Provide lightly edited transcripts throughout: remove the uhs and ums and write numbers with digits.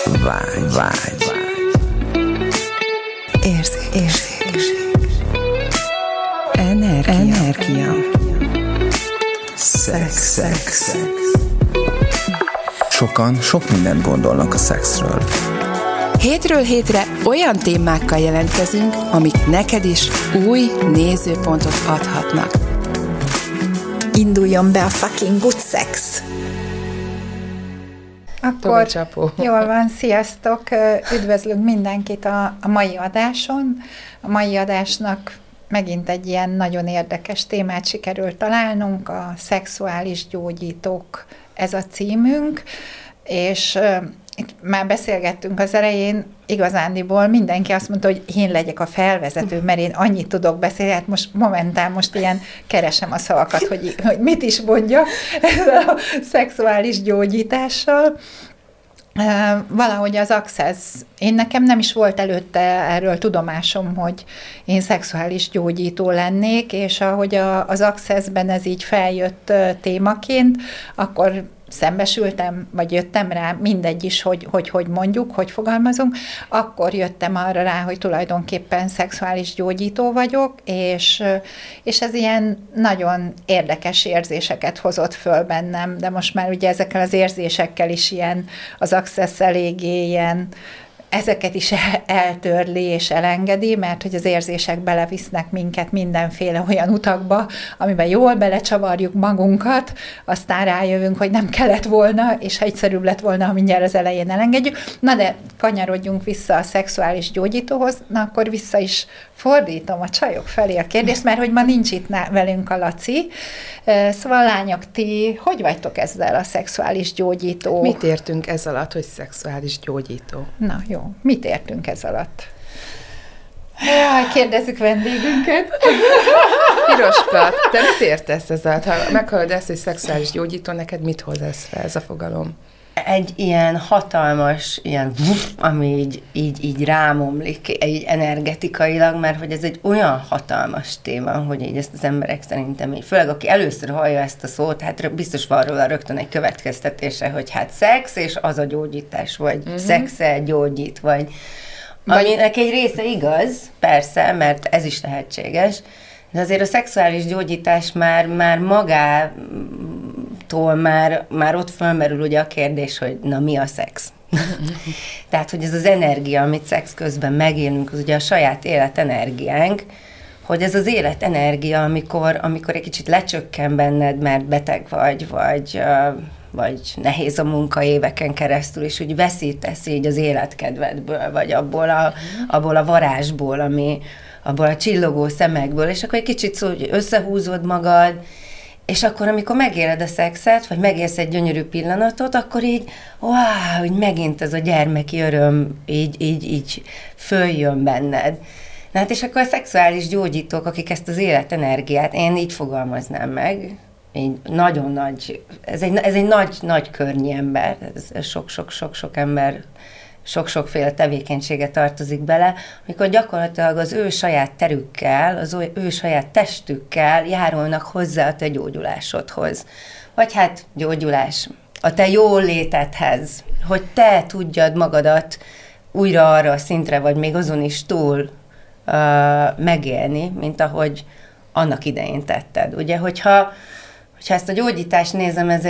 Vágy. Érzékenység. Energia. Szex. Sokan sok mindent gondolnak a szexről. Hétről hétre olyan témákkal jelentkezünk, amik neked is új nézőpontot adhatnak. Induljon be a fucking good sex! Akkor jól van, sziasztok! Üdvözlünk mindenkit a mai adáson. A mai adásnak megint egy ilyen nagyon érdekes témát sikerült találnunk, a szexuális gyógyítók, ez a címünk, és itt már beszélgettünk az elején, igazándiból mindenki azt mondta, hogy én legyek a felvezető, mert én annyit tudok beszélni, hát most ilyen keresem a szavakat, hogy mit is mondjak ezzel a szexuális gyógyítással. Valahogy az Access, nekem nem is volt előtte erről tudomásom, hogy én szexuális gyógyító lennék, és ahogy az Accessben ez így feljött témaként, akkor szembesültem, vagy jöttem rá, mindegy is, hogy mondjuk, hogy fogalmazunk, akkor jöttem arra rá, hogy tulajdonképpen szexuális gyógyító vagyok, és ez ilyen nagyon érdekes érzéseket hozott föl bennem, de most már ugye ezekkel az érzésekkel is ilyen, az Access eléggé ilyen, ezeket is eltörli és elengedi, mert hogy az érzések belevisznek minket mindenféle olyan utakba, amiben jól belecsavarjuk magunkat, aztán rájövünk, hogy nem kellett volna, és ha egyszerűbb lett volna, ha mindjárt az elején elengedjük. Na de kanyarodjunk vissza a szexuális gyógyítóhoz, na akkor vissza is fordítom a csajok felé a kérdést, mert hogy ma nincs itt velünk a Laci. Szóval lányok, ti hogy vagytok ezzel a szexuális gyógyító? Mit értünk ez alatt, hogy szexuális gyógyító? Na jó, mit értünk ez alatt? Jaj, kérdezzük vendégünket. Piroska, te mit értesz ez alatt? Ha meghallod ezt, hogy szexuális gyógyító, neked mit hoz ez fel, ez a fogalom? Egy ilyen hatalmas, ami így rámomlik, így energetikailag, mert hogy ez egy olyan hatalmas téma, hogy így ezt az emberek szerintem így, főleg aki először hallja ezt a szót, hát biztos van róla rögtön egy következtetése, hogy hát szex és az a gyógyítás, vagy szexe gyógyít, vagy aminek egy része igaz, persze, mert ez is lehetséges, de azért a szexuális gyógyítás már magától már ott fölmerül ugye a kérdés, hogy na mi a szex? Tehát, hogy ez az energia, amit szex közben megélünk, az ugye a saját életenergiánk, hogy ez az életenergia, amikor egy kicsit lecsökken benned, mert beteg vagy nehéz a munka éveken keresztül, és úgy veszítesz így az életkedvedből, vagy abból a varázsból, abból a csillogó szemekből, és akkor egy kicsit szó, hogy összehúzod magad, és akkor, amikor megéled a szexet, vagy megélsz egy gyönyörű pillanatot, akkor így, hogy megint ez a gyermeki öröm így följön benned. Na hát, és akkor a szexuális gyógyítók, akik ezt az életenergiát, én így fogalmaznám meg, így nagyon nagy, ez egy nagy környi ember, ez sok ember, sok-sokféle tevékenysége tartozik bele, amikor gyakorlatilag az ő saját terükkel, az ő saját testükkel járulnak hozzá a te gyógyulásodhoz. Vagy hát gyógyulás, a te jól létedhez, hogy te tudjad magadat újra arra a szintre, vagy még azon is túl megélni, mint ahogy annak idején tetted. Ugye, hogyha ezt a gyógyítást nézem, ez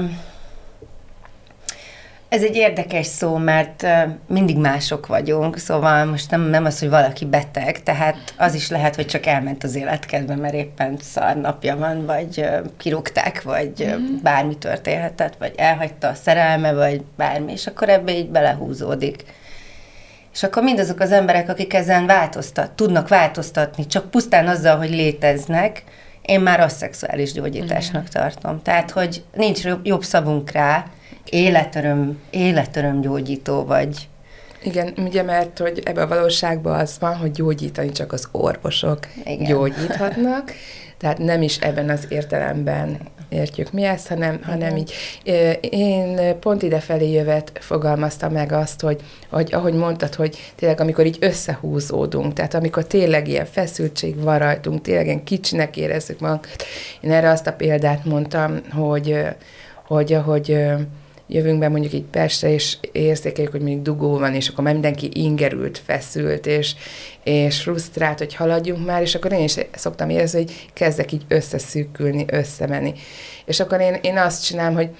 egy érdekes szó, mert mindig mások vagyunk, szóval most nem az, hogy valaki beteg, tehát az is lehet, hogy csak elment az életkedve, mert éppen szar napja van, vagy kirúgták, vagy bármi történhetett, vagy elhagyta a szerelme, vagy bármi, és akkor ebbe így belehúzódik. És akkor mindazok az emberek, akik ezen tudnak változtatni, csak pusztán azzal, hogy léteznek, én már azt szexuális gyógyításnak tartom. Tehát, hogy nincs jobb szavunk rá, életöröm gyógyító vagy. Igen, ugye, mert hogy ebben a valóságban az van, hogy gyógyítani csak az orvosok gyógyíthatnak, tehát nem is ebben az értelemben értjük mi ezt, hanem így. Én pont idefelé jövet fogalmaztam meg azt, hogy ahogy mondtad, hogy tényleg amikor így összehúzódunk, tehát amikor tényleg ilyen feszültség van rajtunk, tényleg ilyen kicsinek érezzük magunkat. Én erre azt a példát mondtam, hogy ahogy jövünk be mondjuk így Pestre, és érzékeljük, hogy mondjuk dugó van, és akkor már mindenki ingerült, feszült, és frusztrált, hogy haladjunk már, és akkor én is szoktam érezni, hogy kezdek így összeszűkülni, összemenni. És akkor én azt csinálom, hogy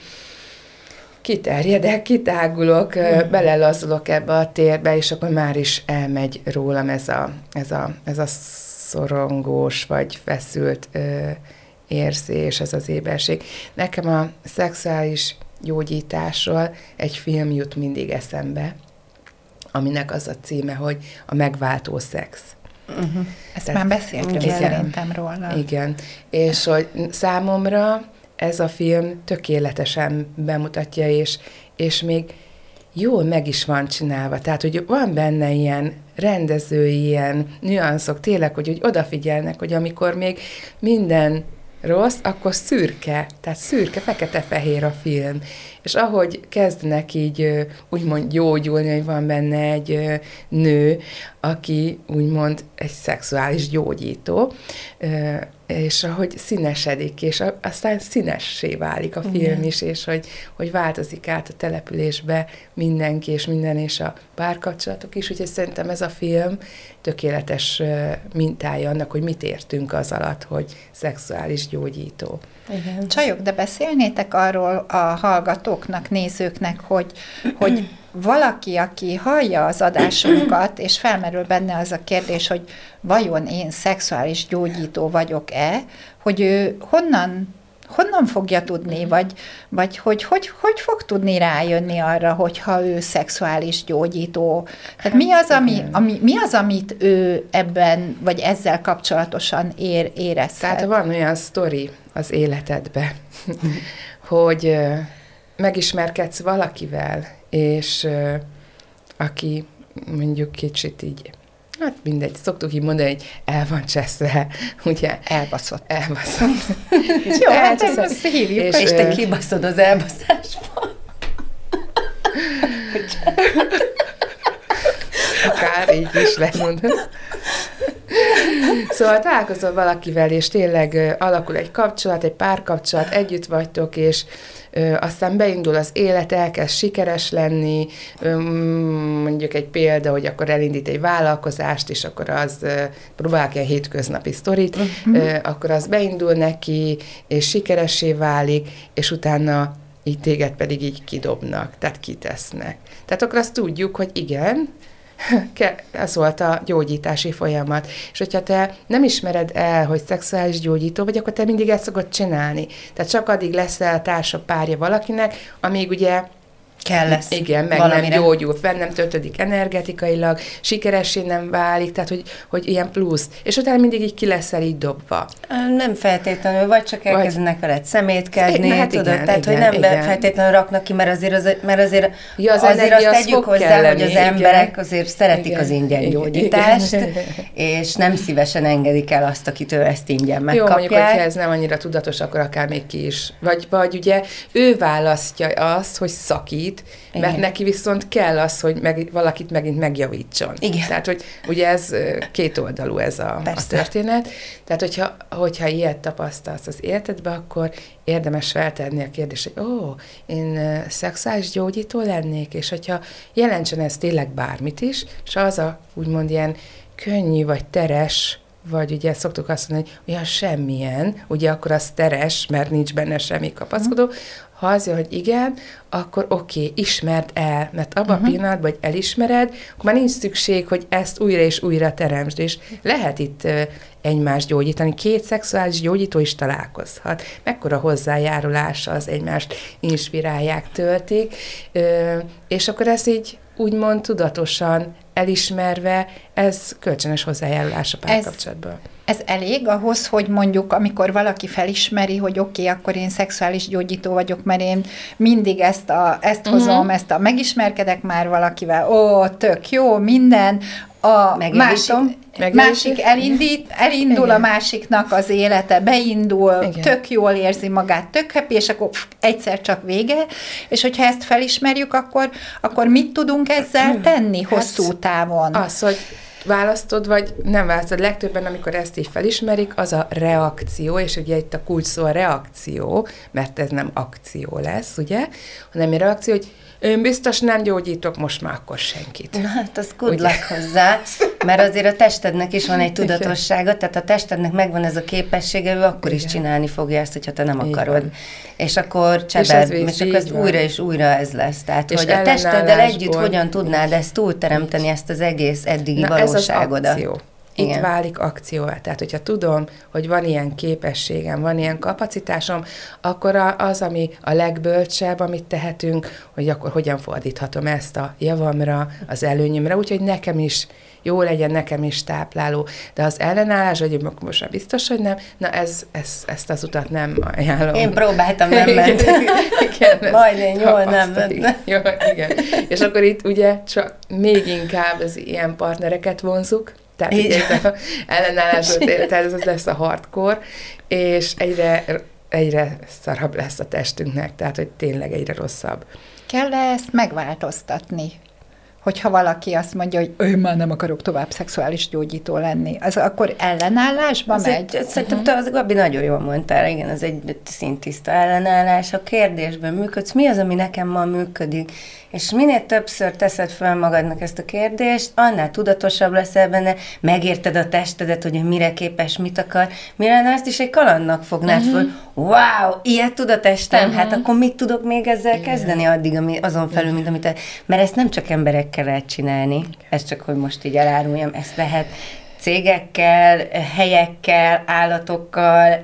kiterjedek, kitágulok, belelazulok ebbe a térbe, és akkor már is elmegy rólam ez a szorongós, vagy feszült érzés, ez az éberség. Nekem a szexuális gyógyításról egy film jut mindig eszembe, aminek az a címe, hogy A megváltó szex. Ezt már beszéltünk szerintem róla. Igen, és hogy számomra ez a film tökéletesen bemutatja, és még jól meg is van csinálva. Tehát, hogy van benne ilyen rendezői, ilyen nüanszok, tényleg, hogy odafigyelnek, hogy amikor még minden rossz, akkor szürke, tehát szürke, fekete-fehér a film. És ahogy kezdnek így úgymond gyógyulni, hogy van benne egy nő, aki úgymond egy szexuális gyógyító, és ahogy színesedik, és aztán színessé válik a film is, és hogy változik át a településbe mindenki, és minden, és a párkapcsolatok is, úgyhogy szerintem ez a film tökéletes mintája annak, hogy mit értünk az alatt, hogy szexuális gyógyító. Igen. Csajok, de beszélnétek arról a hallgatóknak, nézőknek, hogy valaki, aki hallja az adásunkat, és felmerül benne az a kérdés, hogy vajon én szexuális gyógyító vagyok-e, hogy ő honnan fogja tudni, vagy hogy fog tudni rájönni arra, hogyha ő szexuális gyógyító. Tehát mi az, amit ő ebben, vagy ezzel kapcsolatosan érezhet? Tehát van olyan sztori az életedbe, hogy megismerkedsz valakivel, és aki mondjuk kicsit így, hát mindegy, szoktuk így mondani, hogy el van cseszve, ugye? Elbaszott. Jó, hát ezt hívjuk. És te kibaszod az elbaszásba. Akár így is lemondom. Szóval találkozol valakivel, és tényleg alakul egy kapcsolat, egy párkapcsolat, együtt vagytok, és aztán beindul az élet, elkezd sikeres lenni, mondjuk egy példa, hogy akkor elindít egy vállalkozást, és akkor az próbál ki a hétköznapi sztorit, akkor az beindul neki, és sikeressé válik, és utána így téged pedig így kidobnak, tehát kitesznek. Tehát akkor azt tudjuk, hogy igen, ez volt a gyógyítási folyamat. És hogyha te nem ismered el, hogy szexuális gyógyító vagy, akkor te mindig ezt szokod csinálni. Tehát csak addig leszel társa párja valakinek, amíg ugye kell lesz. Igen, meg valamire. Nem gyógyul, fel nem töltődik energetikailag, sikeressé nem válik, tehát hogy ilyen plusz. És utána mindig így ki leszel így dobva. Nem feltétlenül, vagy csak elkezdenek veled szemétkedni, hát tudod, igen, tehát igen, hogy nem igen. feltétlenül raknak ki, mert azért ja, azt tegyük hozzá, lenni, hogy az emberek igen. azért szeretik igen. az ingyen gyógyítást, és nem szívesen engedik el azt, akitől ezt ingyen megkapják. Jó, mondjuk, hogyha ez nem annyira tudatos, akkor akár még ki is. Vagy ugye ő választja azt, hogy szakít, mert neki viszont kell az, hogy valakit megint megjavítson. Igen. Tehát, hogy ugye ez kétoldalú ez a történet. Tehát, hogyha ilyet tapasztalsz az életedbe, akkor érdemes feltenni a kérdést, hogy én szexuális gyógyító lennék, és hogyha jelentsen ez tényleg bármit is, és az a úgymond ilyen könnyű vagy teres, vagy ugye szoktuk azt mondani, hogy olyan semmilyen, ugye akkor az teres, mert nincs benne semmi kapaszkodó. Ha az jön, hogy igen, akkor oké, ismerd el, mert abban a pillanatban, hogy elismered, akkor már nincs szükség, hogy ezt újra és újra teremtsd, és lehet itt egymást gyógyítani. Két szexuális gyógyító is találkozhat. Mekkora hozzájárulása az egymást inspirálják, töltik, és akkor ez így úgymond tudatosan elismerve, ez kölcsönös hozzájárulás a párkapcsolatban. Ez elég ahhoz, hogy mondjuk, amikor valaki felismeri, hogy oké, akkor én szexuális gyógyító vagyok, mert én mindig ezt hozom, megismerkedek már valakivel, tök jó, minden, a másik elindul, igen. A másiknak az élete, beindul, igen. Tök jól érzi magát, tök happy, és akkor egyszer csak vége, és hogyha ezt felismerjük, akkor mit tudunk ezzel tenni hosszú távon? Az, hogy választod, vagy nem választod. Legtöbben, amikor ezt így felismerik, az a reakció, és ugye itt a kulcs szó a reakció, mert ez nem akció lesz, ugye, hanem a reakció, hogy én biztos nem gyógyítok most már akkor senkit. Na hát az good luck hozzá, mert azért a testednek is van egy tudatossága, tehát a testednek megvan ez a képessége, ő akkor is csinálni fogja ezt, hogyha te nem akarod. És akkor csebed, és akkor ezt újra és újra ez lesz. Tehát, és hogy a testeddel együtt hogyan tudnád ezt túlteremteni, ezt az egész eddigi valóságodat. Ez az akció. Itt válik akcióvá. Tehát, hogyha tudom, hogy van ilyen képességem, van ilyen kapacitásom, akkor az, ami a legbölcsebb, amit tehetünk, hogy akkor hogyan fordíthatom ezt a javamra, az előnyömre, úgyhogy nekem is jó legyen, nekem is tápláló. De az ellenállás, hogy most már biztos, hogy nem, na ezt az utat nem ajánlom. Én próbáltam, nem ment. Majd én jól nem ment. Jó, igen. És akkor itt ugye csak még inkább az ilyen partnereket vonzuk, tehát ellenállásról, tehát ez lesz a hardcore, és egyre szarabb lesz a testünknek, tehát hogy tényleg egyre rosszabb. Kell-e ezt megváltoztatni? Hogyha valaki azt mondja, hogy én már nem akarok tovább szexuális gyógyító lenni, az akkor ellenállásba megy? Szerintem te az Gabi nagyon jól mondtál, igen, az egy szintiszta ellenállás. A kérdésben működsz, mi az, ami nekem ma működik? És minél többször teszed fel magadnak ezt a kérdést, annál tudatosabb leszel benne, megérted a testedet, hogy mire képes, mit akar, mire azt is egy kalandnak fognád föl. Wow, ilyet tud a testem? Hát akkor mit tudok még ezzel kezdeni addig, azon felül, mint amit... Mert ezt nem csak emberekkel lehet csinálni, ez csak, hogy most így eláruljam, ezt lehet cégekkel, helyekkel, állatokkal,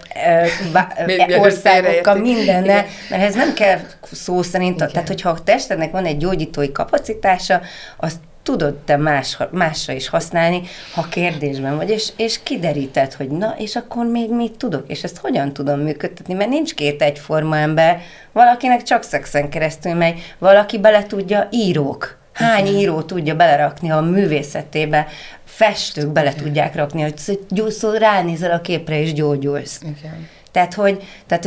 országokkal, mindennel, mert ez nem kell szó szerint, tehát hogyha a testednek van egy gyógyítói kapacitása, azt tudod te másra is használni, ha kérdésben vagy, és kideríted, hogy na, és akkor még mit tudok, és ezt hogyan tudom működtetni, mert nincs két egyforma ember, valakinek csak szexen keresztül megy, valaki bele tudja, írók. Hány író tudja belerakni a művészetébe, festők bele tudják rakni, hogy ránézel a képre és gyógyulsz. Igen. Tehát, hogy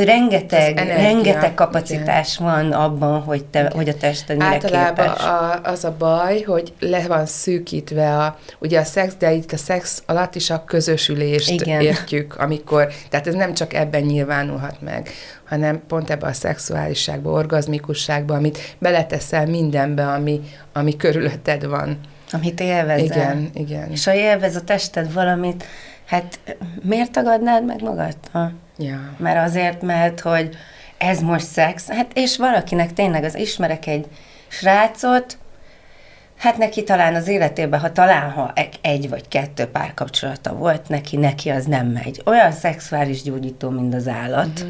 rengeteg kapacitás van abban, hogy a tested mire általában képes. Az a baj, hogy le van szűkítve ugye a szex, de itt a szex alatt is a közösülést értjük, amikor, tehát ez nem csak ebben nyilvánulhat meg, hanem pont ebben a szexuálisságban, orgazmikusságban, amit beleteszel mindenbe, ami körülötted van. Amit élvezel. Igen. És ha élvez a tested valamit, hát miért tagadnád meg magadtól? Ja. Mert azért, mert hogy ez most szex, hát és valakinek tényleg, ismerek egy srácot, hát neki talán az életében, ha egy vagy kettő párkapcsolata volt, neki az nem megy. Olyan szexuális gyógyító, mint az állat,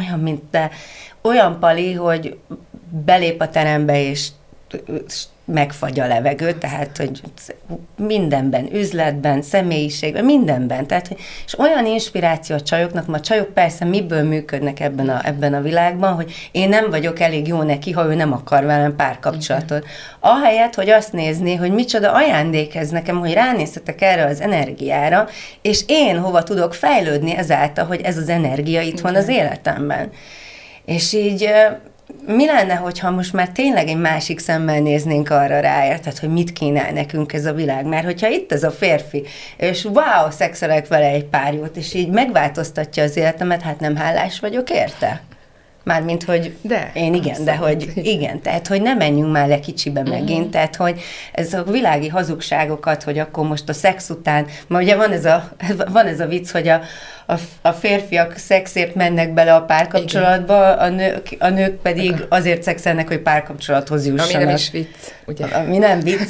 olyan pali, hogy belép a terembe, és megfagy a levegő, tehát, hogy mindenben, üzletben, személyiségben, mindenben. Tehát, és olyan inspiráció a csajoknak, ma a csajok persze miből működnek ebben a világban, hogy én nem vagyok elég jó neki, ha ő nem akar velem párkapcsolatot. Ahelyett, hogy azt nézni, hogy micsoda ajándék ez nekem, hogy ránézhetek erre az energiára, és én hova tudok fejlődni ezáltal, hogy ez az energia itt van az életemben. És így... Mi lenne, hogyha most már tényleg egy másik szemmel néznénk arra rá, tehát, hogy mit kínál nekünk ez a világ? Mert hogyha itt ez a férfi, és wow, szexelek vele egy pár jót, és így megváltoztatja az életemet, hát nem hálás vagyok érte? Mármint, hogy én igen, de hogy igen, tehát, hogy ne menjünk már le kicsibe megint, tehát, hogy ez a világi hazugságokat, hogy akkor most a szex után, mert ugye van ez a vicc, hogy a férfiak szexért mennek bele a párkapcsolatba, a nők pedig azért szexelnek, hogy párkapcsolathoz jussanak. Ami nem is vicc, ugye? Ami nem vicc,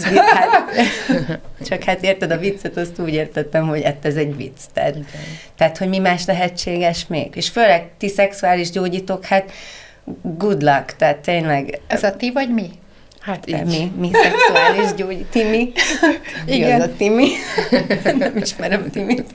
csak hát érted, a viccet, azt úgy értettem, hogy ez egy vicc. Tehát, hogy mi más lehetséges még. És főleg ti szexuális gyógyítók, hát good luck, tehát tényleg. Ez a ti vagy mi? Hát így. Mi szexuális gyógyító. Timi? Igen. Az a Timi. Nem ismerem Timit.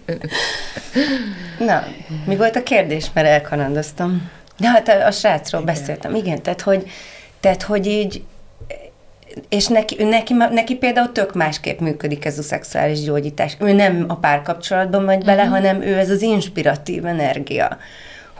Na, mi volt a kérdés, mert elkalandoztam. De hát a srácról beszéltem. Igen, tehát, hogy így, és neki például tök másképp működik ez a szexuális gyógyítás. Ő nem a párkapcsolatban megy bele, hanem ő ez az inspiratív energia.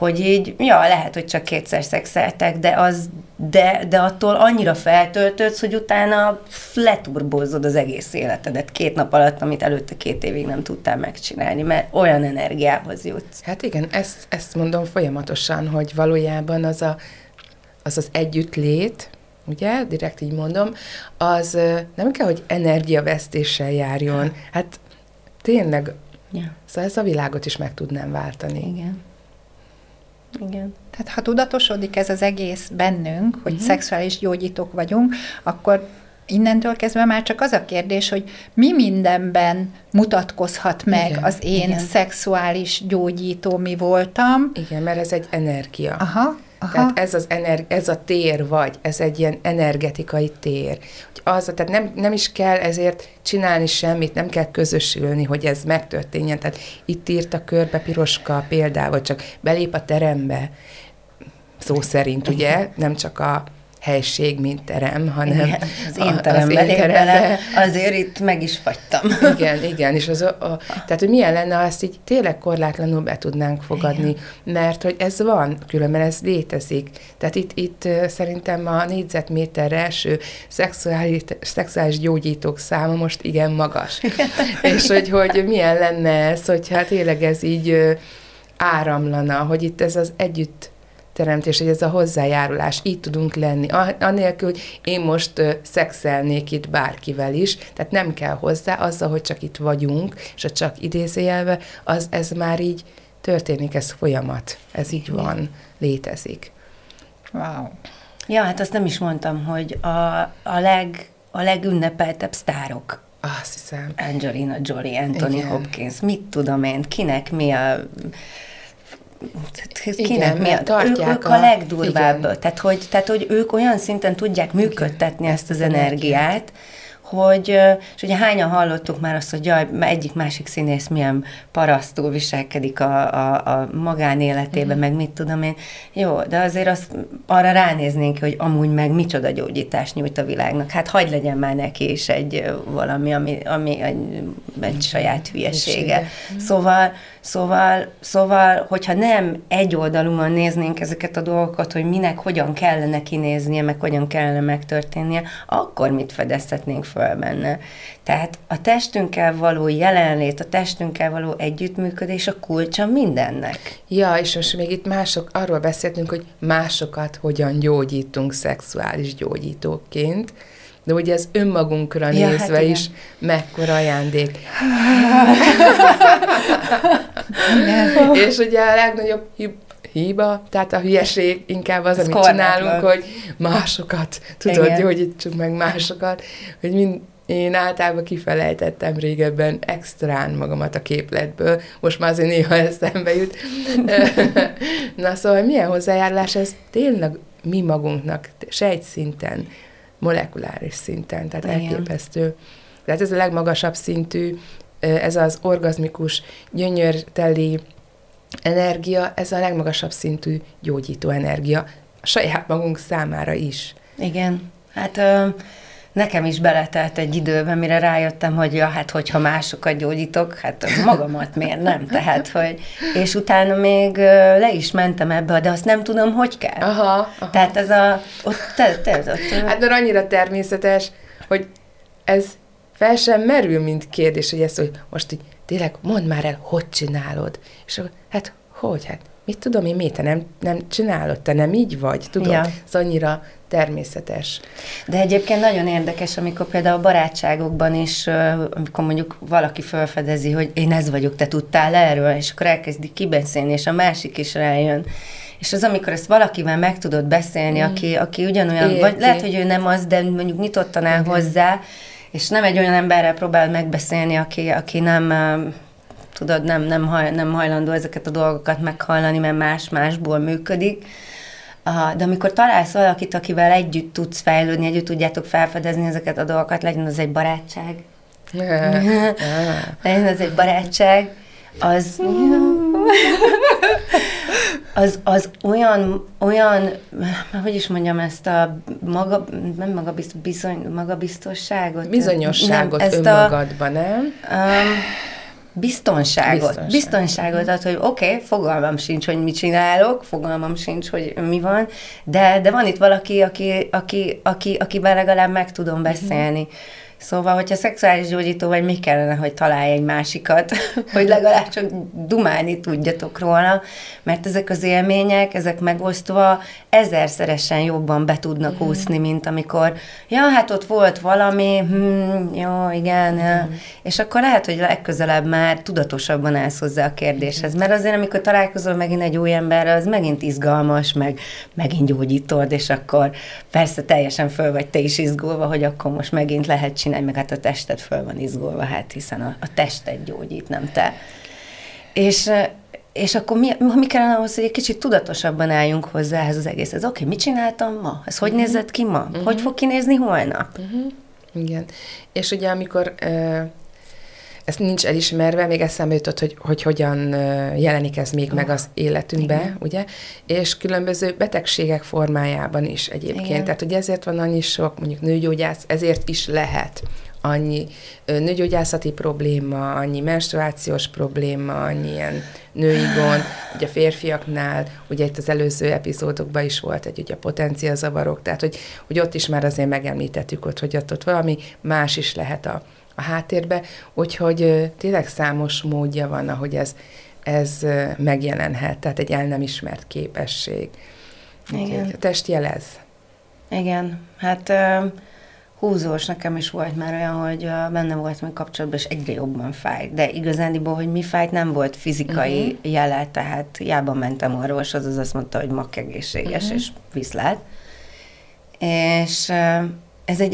hogy így, lehet, hogy csak 2-szer szexeltek, de attól annyira feltöltődsz, hogy utána leturbózod az egész életedet 2 nap alatt, amit előtte 2 évig nem tudtál megcsinálni, mert olyan energiához jutsz. Hát igen, ezt mondom folyamatosan, hogy valójában az együttlét, ugye, direkt így mondom, az nem kell, hogy energiavesztéssel járjon. Hát tényleg, szóval ezt a világot is meg tudnám váltani. Igen. Tehát ha tudatosodik ez az egész bennünk, hogy szexuális gyógyítók vagyunk, akkor innentől kezdve már csak az a kérdés, hogy mi mindenben mutatkozhat meg az én szexuális gyógyító mi voltam. Igen, mert ez egy energia. Aha. Tehát ez a tér ez egy ilyen energetikai tér. Tehát nem is kell ezért csinálni semmit, nem kell közösülni, hogy ez megtörténjen. Tehát itt írt a körbe Piroska példával, csak belép a terembe, szó szerint, ugye, nem csak a helység, mint terem, hanem az én terembe lép bele, azért itt meg is fagytam. Igen, és tehát, hogy milyen lenne, ha ezt így tényleg korlátlanul be tudnánk fogadni, mert hogy ez van, különben ez létezik. Tehát itt szerintem a négyzetméterre eső szexuális gyógyítók száma most igen magas. És hogy milyen lenne ez, hogyha tényleg ez így áramlana, hogy itt ez az együtt teremtés, hogy ez a hozzájárulás, így tudunk lenni. Anélkül, hogy én most szexelnék itt bárkivel is, tehát nem kell hozzá, azzal, hogy csak itt vagyunk, és a csak idézőjelve, ez már így történik, ez folyamat. Ez így van, létezik. Wow. Ja, hát azt nem is mondtam, hogy a legünnepeltebb sztárok. Azt hiszem. Angelina Jolie, Anthony Hopkins, mit tudom én, kinek mi a... Ők a legdurvább. Tehát, hogy ők olyan szinten tudják működtetni ezt az energiát, és ugye hányan hallottuk már azt, hogy egyik-másik színész milyen parasztul viselkedik a magánéletében, meg mit tudom én. Jó, de azért arra ránéznénk, hogy amúgy meg micsoda gyógyítást nyújt a világnak. Hát hagy legyen már neki is valami, ami egy saját hülyesége. Szóval, hogyha nem egyoldalúan néznénk ezeket a dolgokat, hogy minek hogyan kellene kinéznie, meg hogyan kellene megtörténnie, akkor mit fedezhetnénk föl benne. Tehát a testünkkel való jelenlét, a testünkkel való együttműködés a kulcsa mindennek. Ja, és most még itt arról beszéltünk, hogy másokat hogyan gyógyítunk szexuális gyógyítóként, de ugye ez önmagunkra nézve hát is mekkora ajándék. És ugye a legnagyobb hiba, tehát a hülyeség inkább az, amit csinálunk, hogy másokat, gyógyítsuk meg másokat, hogy én általában kifelejtettem régebben extrán magamat a képletből, most már azért néha eszembe jut. Na szóval milyen hozzájárulás ez tényleg mi magunknak, sejtszinten, molekuláris szinten, tehát elképesztő. Tehát ez a legmagasabb szintű, ez az orgazmikus, gyönyörteli energia, ez a legmagasabb szintű gyógyító energia, a saját magunk számára is. Igen, hát nekem is beletelt egy időben, mire rájöttem, hogy hát hogyha másokat gyógyítok, hát magamat miért nem? Tehát, és utána még le is mentem ebbe, de azt nem tudom, hogy kell. Aha. Tehát ez Hát mert annyira természetes, hogy ez fel sem merül, mint kérdés, hogy ezt, hogy most így tényleg mondd már el, hogy csinálod. És akkor, hát mit tudom én, miért te nem csinálod, te nem így vagy, tudod? Ja. Ez annyira természetes. De egyébként nagyon érdekes, amikor például a barátságokban is, amikor mondjuk valaki felfedezi, hogy én ez vagyok, te tudtál erről, és akkor elkezdi kibeszélni, és a másik is rájön. És az, amikor ezt valakivel meg tudod beszélni, aki ugyanolyan, érti. Vagy lehet, hogy ő nem az, de mondjuk nyitottan áll hozzá, és nem egy olyan emberrel próbál megbeszélni, aki nem... tudod, nem hajlandó ezeket a dolgokat meghallani, mert másból működik. De amikor találsz valakit, akivel együtt tudsz fejlődni, együtt tudjátok felfedezni ezeket a dolgokat, legyen az egy barátság. Legyen az egy barátság, az olyan, hogy is mondjam ezt a magabiztosságot? Bizonyosságot nem, önmagadban, nem? Biztonságot ad, hogy oké, fogalmam sincs, hogy mit csinálok, fogalmam sincs, hogy mi van, de van itt valaki, akivel legalább meg tudom beszélni. Szóval, hogyha szexuális gyógyító vagy, mi kellene, hogy találj egy másikat, hogy legalább csak dumálni tudjatok róla, mert ezek az élmények, ezek megosztva ezerszeresen jobban be tudnak úszni, mint amikor, hát ott volt valami, jó, igen, és akkor lehet, hogy legközelebb már tudatosabban állsz hozzá a kérdéshez, mert azért, amikor találkozol megint egy új emberrel, az megint izgalmas, megint gyógyítod, és akkor persze teljesen föl vagy te is izgulva, hogy akkor most megint lehet csinálni, meg hát a tested föl van izgulva, hát hiszen a tested gyógyít, nem te. És akkor mi kellene ahhoz, hogy egy kicsit tudatosabban álljunk hozzá ehhez az egészhez? Oké, mit csináltam ma? Ez hogy nézett ki ma? Hogy fog kinézni holnap? Igen. És ugye amikor ez nincs elismerve, még eszembe jutott, hogy hogyan jelenik ez még meg az életünkbe, ugye? És különböző betegségek formájában is egyébként. Igen. Tehát, hogy ezért van annyi sok, mondjuk nőgyógyász, ezért is lehet annyi nőgyógyászati probléma, annyi menstruációs probléma, annyi ilyen női gond, ugye a férfiaknál, ugye itt az előző epizódokban is volt ugye a potenciazavarok, tehát, hogy ott is már azért megemlítettük hogy ott valami más is lehet a háttérbe, úgyhogy tényleg számos módja van, ahogy ez megjelenhet, tehát egy el nem ismert képesség. Igen. A test jelez. Igen, hát húzós nekem is volt már olyan, hogy benne volt még kapcsolatban, és egyre jobban fájt, de igazándiból, hogy mi fájt, nem volt fizikai jele, tehát hiába mentem orvoshoz, az azt mondta, hogy makk egészséges, és viszlát. És ez egy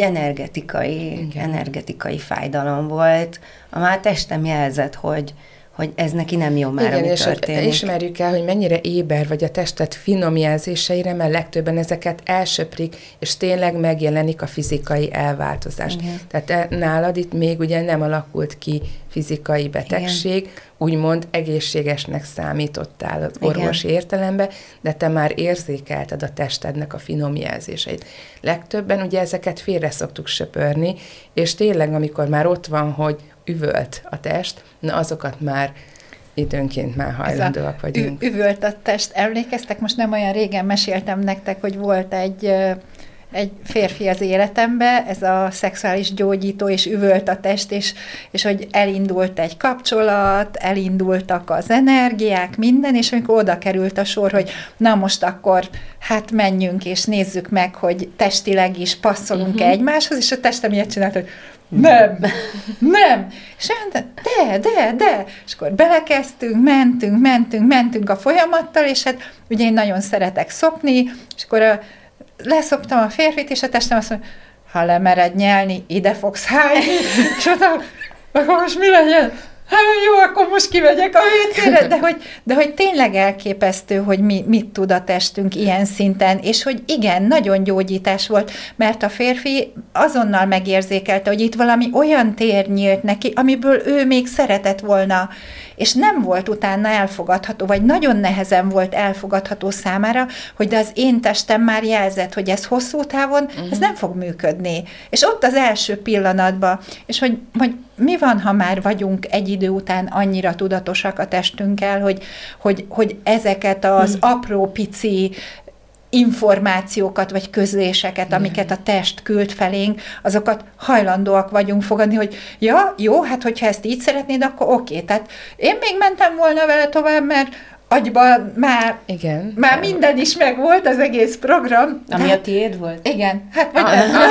energetikai fájdalom volt. A testem jelzett, hogy ez neki nem jó már, ami történik. És ismerjük el, hogy mennyire éber vagy a testet finom jelzéseire, mert legtöbben ezeket elsöprik, és tényleg megjelenik a fizikai elváltozás. Igen. Tehát nálad itt még ugye nem alakult ki fizikai betegség, igen, úgymond egészségesnek számítottál az orvosi értelemben, de te már érzékelted a testednek a finom jelzéseit. Legtöbben ugye ezeket félre szoktuk söpörni, és tényleg, amikor már ott van, hogy üvölt a test, na azokat már időnként már hajlandóak vagyunk. Üvölt a test. Emlékeztek? Most nem olyan régen meséltem nektek, hogy volt egy férfi az életembe, ez a szexuális gyógyító, és üvölt a test, és hogy elindult egy kapcsolat, elindultak az energiák, minden, és amikor oda került a sor, hogy na most akkor hát menjünk, és nézzük meg, hogy testileg is passzolunk egymáshoz, és a testem ilyet csinált, hogy nem. És de. És akkor belekezdtünk, mentünk a folyamattal, és hát ugye én nagyon szeretek szopni, és akkor leszoptam a férfit, és a testem azt mondja, ha lemered nyelni, ide fogsz hányni, és mondtam, akkor most mi legyen? Hát jó, akkor most kimegyek a WC-re, de hogy tényleg elképesztő, hogy mit tud a testünk ilyen szinten, és hogy igen, nagyon gyógyítás volt, mert a férfi azonnal megérzékelte, hogy itt valami olyan tér nyílt neki, amiből ő még szeretett volna, és nem volt utána elfogadható, vagy nagyon nehezen volt elfogadható számára, hogy de az én testem már jelzett, hogy ez hosszú távon, ez nem fog működni. És ott az első pillanatban, és hogy mi van, ha már vagyunk egy idő után annyira tudatosak a testünkkel, hogy ezeket az apró, pici információkat, vagy közléseket, amiket a test küld felénk, azokat hajlandóak vagyunk fogadni, hogy ja, jó, hát hogyha ezt így szeretnéd, akkor oké. Tehát én még mentem volna vele tovább, mert agyban már minden is megvolt, az egész program. Ami a tiéd volt? Igen. Hát vagy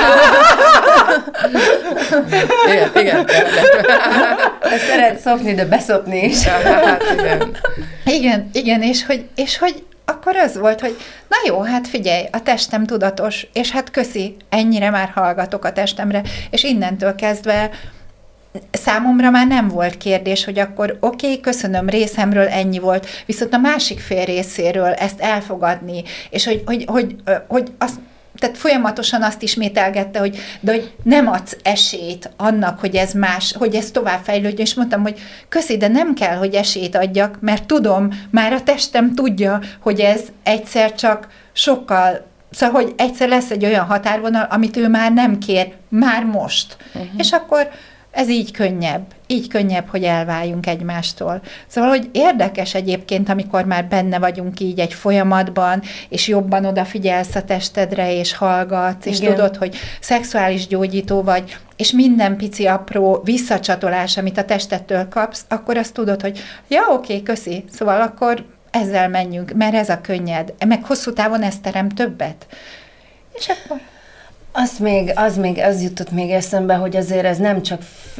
igen. Szeret szopni, de beszopni is. Igen, és hogy akkor az volt, hogy na jó, hát figyelj, a testem tudatos, és hát köszi, ennyire már hallgatok a testemre, és innentől kezdve számomra már nem volt kérdés, hogy akkor oké, köszönöm, részemről ennyi volt, viszont a másik fél részéről ezt elfogadni, és hogy azt, tehát folyamatosan azt ismételgette, hogy nem adsz esélyt annak, hogy ez más, hogy ez tovább fejlődjön, és mondtam, hogy köszi, de nem kell, hogy esélyt adjak, mert tudom, már a testem tudja, hogy ez egyszer csak sokkal, szóval, hogy egyszer lesz egy olyan határvonal, amit ő már nem kér, már most. És akkor ez így könnyebb, hogy elváljunk egymástól. Szóval, hogy érdekes egyébként, amikor már benne vagyunk így egy folyamatban, és jobban odafigyelsz a testedre, és hallgatsz, és tudod, hogy szexuális gyógyító vagy, és minden pici apró visszacsatolás, amit a testettől kapsz, akkor azt tudod, hogy ja, oké, köszi, szóval akkor ezzel menjünk, mert ez a könnyed, meg hosszú távon ez terem többet. És akkor... Az jutott még eszembe, hogy azért ez nem csak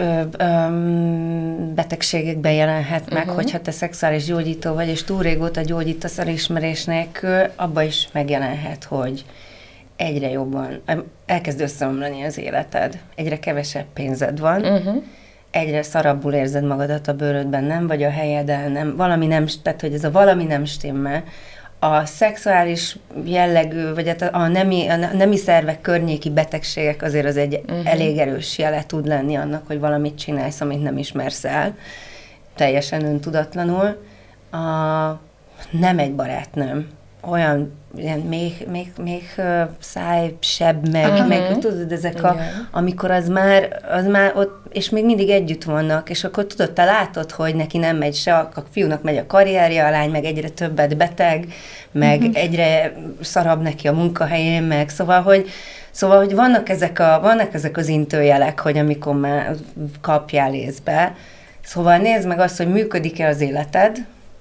betegségekben jelenhet meg, hogyha te szexuális gyógyító vagy, és túl régóta gyógyítasz elismerés nélkül, abban is megjelenhet, hogy egyre jobban elkezd összeomlani az életed, egyre kevesebb pénzed van, egyre szarabbul érzed magadat a bőrödben, nem vagy a helyeden, nem, valami nem, tehát hogy ez a valami nem stimmel. A szexuális jellegű, vagy a nemi szervek környéki betegségek azért az egy elég erős jele tud lenni annak, hogy valamit csinálsz, amit nem ismersz el, teljesen öntudatlanul. Nem egy barátnőm, olyan ilyen még szájsebb, meg tudod, ezek amikor az már ott, és még mindig együtt vannak, és akkor tudod, te látod, hogy neki nem megy se, a fiúnak megy a karrierje, a lány meg egyre többet beteg, meg egyre szarabb neki a munkahelyén, meg szóval, hogy vannak ezek az intőjelek, hogy amikor már kapjál észbe, szóval nézd meg azt, hogy működik-e az életed,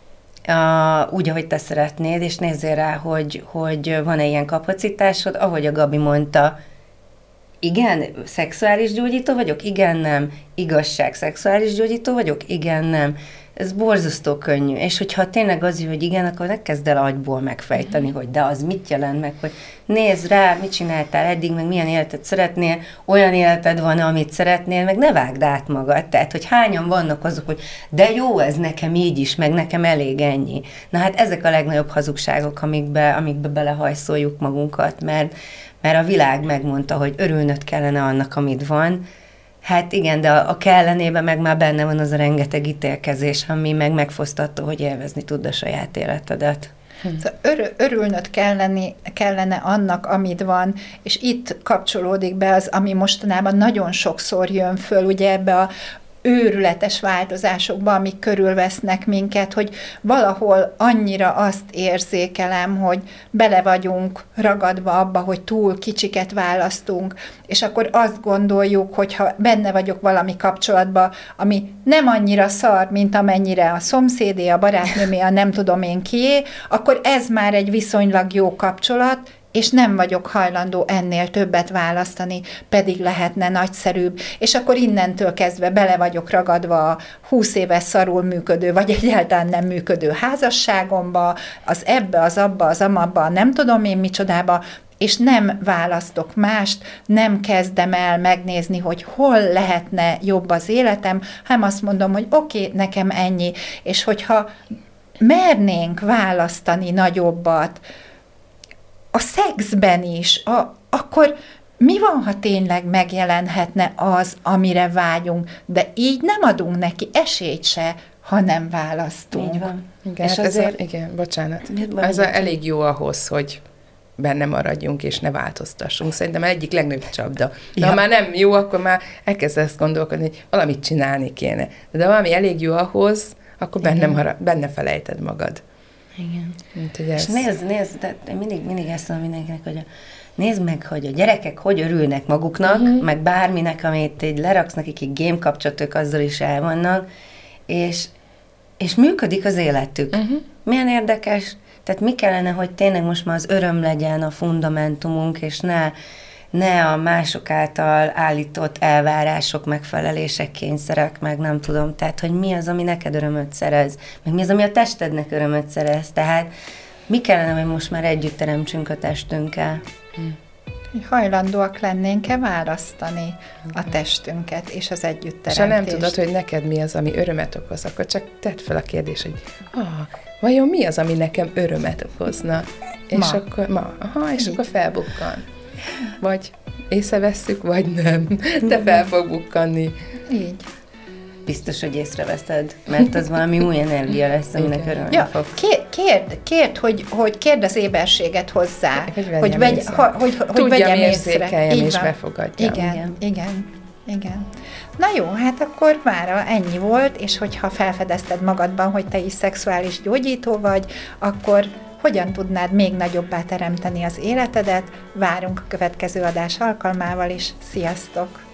úgy, ahogy te szeretnéd, és nézzél rá, hogy van-e ilyen kapacitásod, ahogy a Gabi mondta, igen, szexuális gyógyító vagyok, igen, nem, igazság, szexuális gyógyító vagyok, igen, nem. Ez borzasztó könnyű, és hogyha tényleg az, hogy igen, akkor ne kezd el agyból megfejteni, hogy de az mit jelent meg, hogy nézd rá, mit csináltál eddig, meg milyen életet szeretnél, olyan életed van, amit szeretnél, meg ne vágd át magad. Tehát, hogy hányan vannak azok, hogy de jó, ez nekem így is, meg nekem elég ennyi. Na hát ezek a legnagyobb hazugságok, amikbe belehajszoljuk magunkat, mert a világ megmondta, hogy örülnöd kellene annak, amit van. Hát igen, de a kellenében meg már benne van az a rengeteg ítélkezés, ami meg megfosztatta, hogy élvezni tudd a saját életedet. Szóval örülnöd kellene annak, amit van, és itt kapcsolódik be az, ami mostanában nagyon sokszor jön föl, ugye ebbe a őrületes változásokba, amik körülvesznek minket, hogy valahol annyira azt érzékelem, hogy bele vagyunk ragadva abba, hogy túl kicsiket választunk, és akkor azt gondoljuk, hogyha benne vagyok valami kapcsolatba, ami nem annyira szar, mint amennyire a szomszédé, a barátnőmé, a nem tudom én kié, akkor ez már egy viszonylag jó kapcsolat, és nem vagyok hajlandó ennél többet választani, pedig lehetne nagyszerűbb, és akkor innentől kezdve bele vagyok ragadva a 20 éves szarul működő, vagy egyáltalán nem működő házasságomba, az ebbe, az abba, az amabba, nem tudom én micsodába, és nem választok mást, nem kezdem el megnézni, hogy hol lehetne jobb az életem, hanem azt mondom, hogy oké, nekem ennyi, és hogyha mernénk választani nagyobbat, a szexben is, akkor mi van, ha tényleg megjelenhetne az, amire vágyunk, de így nem adunk neki esélyt se, ha nem választunk. Így van. Igen, és hát azért... igen, bocsánat. Ez elég jó ahhoz, hogy benne maradjunk, és ne változtassunk. Szerintem egyik legnagyobb csapda. De ha már nem jó, akkor már elkezdesz gondolkodni, hogy valamit csinálni kéne. De valami elég jó ahhoz, akkor benne felejted magad. Igen. És nézd, de mindig ezt mondom mindenkinek, hogy nézd meg, hogy a gyerekek hogy örülnek maguknak, meg bárminek, amit így leraksz nekik, egy game kapcsolatok, azzal is el vannak, és működik az életük. Milyen érdekes. Tehát mi kellene, hogy tényleg most már az öröm legyen a fundamentumunk, és ne a mások által állított elvárások, megfelelések, kényszerek, meg nem tudom. Tehát, hogy mi az, ami neked örömöt szerez, meg mi az, ami a testednek örömöt szerez. Tehát mi kellene, hogy most már együtt teremtsünk a testünkkel? Hajlandóak lennénk-e választani a testünket és az együttteremtést? És ha nem tudod, hogy neked mi az, ami örömet okoz, akkor csak tedd fel a kérdést, hogy vajon mi az, ami nekem örömet okozna? És akkor akkor felbukkan. Vagy észrevesszük, vagy nem. De fel fog bukkanni. Így. Biztos, hogy észreveszed, mert az valami új energia lesz, aminek örülni fog. Kérd, kérd az éberséget hozzá, hogy vegyem észre, és befogadjam. Igen. Igen. Na jó, hát akkor mára ennyi volt, és hogyha felfedezted magadban, hogy te is szexuális gyógyító vagy, akkor hogyan tudnád még nagyobbá teremteni az életedet? Várunk a következő adás alkalmával is. Sziasztok!